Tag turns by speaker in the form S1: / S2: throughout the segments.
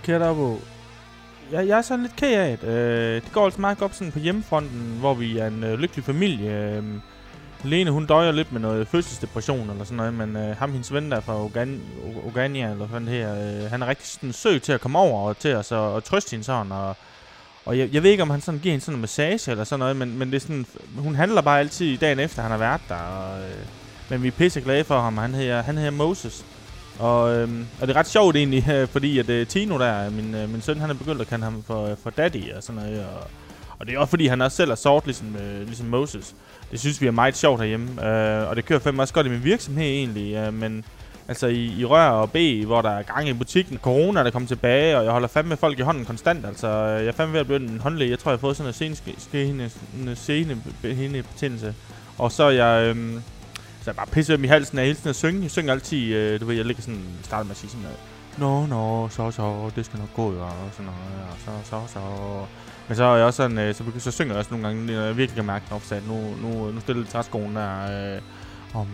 S1: forkert op på. Jeg er sådan lidt ked af det. Det går altså meget godt sådan på hjemmefronten, hvor vi er en lykkelig familie. Lene, hun døjer lidt med noget fødselsdepression eller sådan noget, men ham, hendes ven der fra Uganda, eller sådan her, han er rigtig sådan søg til at komme over og til os og trøste hende sådan, og jeg ved ikke, om han sådan giver hende sådan en massage eller sådan noget, men det er sådan, hun handler bare altid dagen efter, han har været der, men vi er pisse glade for ham, han hedder Moses. Og det er ret sjovt egentlig, fordi at Tino der, min søn, han er begyndt at kalde ham for daddy og sådan noget, og det er også fordi, han også selv er sort, ligesom Moses. Det synes vi er meget sjovt herhjemme, og det kører fandme også godt i min virksomhed egentlig, men altså i Rør og B, hvor der er gang i butikken, corona der kommer tilbage, og jeg holder fandme folk i hånden konstant, altså jeg er fandme ved at blive en håndlæge. Jeg tror, jeg har fået sådan en senebetændelse, og så er jeg... Så jeg bare pisser dem i halsen af hele tiden at synge. Jeg synger altid, du ved, jeg ligger sådan, starter med at sige sådan noget. Så, det skal nok gå, og sådan noget, så. Men så er jeg også sådan, så synger jeg også nogle gange, når jeg virkelig kan mærke den opsat. Nu stiller det træskoen der. Om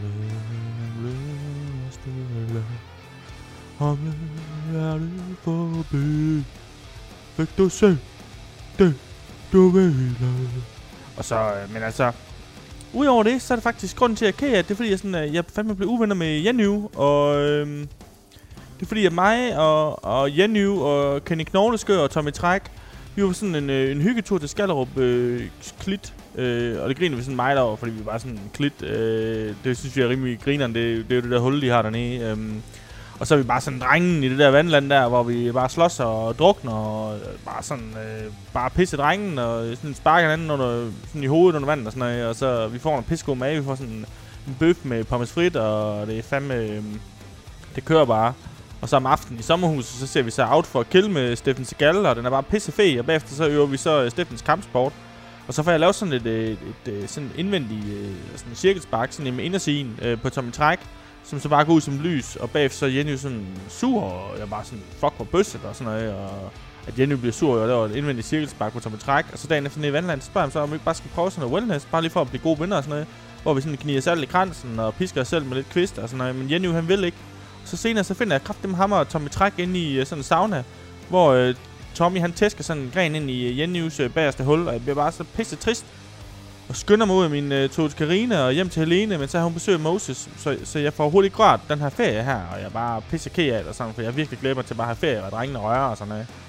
S1: er det forbi. Fik du se det, du ville. Og så, men altså... Udover det, så er det faktisk grunden til, at jeg er ked af det, er fordi, jeg fandme blev uvenner med Jenny, og det er fordi, at mig og Jenny og Kenny Knogleskør og Tommy Træk, vi var sådan en hyggetur til Skallerup Klit, og det griner vi sådan meget over, fordi vi var sådan en klit, det synes vi er rimelig grineren, det er jo det der hul, de har dernede. Og så er vi bare sådan drengen i det der vandland der, hvor vi bare slås og drukner og bare sådan bare pisse drengen og sådan sparker hinanden under, sådan i hovedet under vandet og sådan noget. Og så vi får noget pissegod mave, vi får sådan en bøf med pommes frites, og det er fandme, det kører bare. Og så om aftenen i sommerhuset, så ser vi så Out for at Kill med Steffen Seagal, og den er bare pissefed, og bagefter så øver vi så Steffens kampsport. Og så får jeg lavet sådan et sådan indvendigt sådan cirkelspark, sådan en indersiden på Tommy Træk, som så bare går ud som lys, og bagefter så er Jenny sådan sur, og jeg bare sådan, fuck hvor bøsset og sådan noget, og at Jenny bliver sur, og der var et indvendigt cirkelspark på Tommy Træk, og så dagen efter nede i Vandland, så spørger jeg så, om vi ikke bare skal prøve sådan noget wellness, bare lige for at blive gode venner og sådan noget, hvor vi sådan kniger os alt i kransen, og pisker os selv med lidt kvist og sådan noget, men Jenny han vil ikke. Så senere så finder jeg kraftedeme ham og Tommy Træk inde i sådan en sauna, hvor Tommy han tæsker sådan en gren ind i Jennys bagerste hul, og jeg bliver bare så pisse trist. Og skynder mig ud af min tog til Karina og hjem til Helene, men så har hun besøgt Moses, så jeg får hurtigt grædt den her ferie her, og jeg er bare pisse ked af det og sådan, for jeg virkelig glæder mig til bare at have ferie og drengene rører og sådan noget.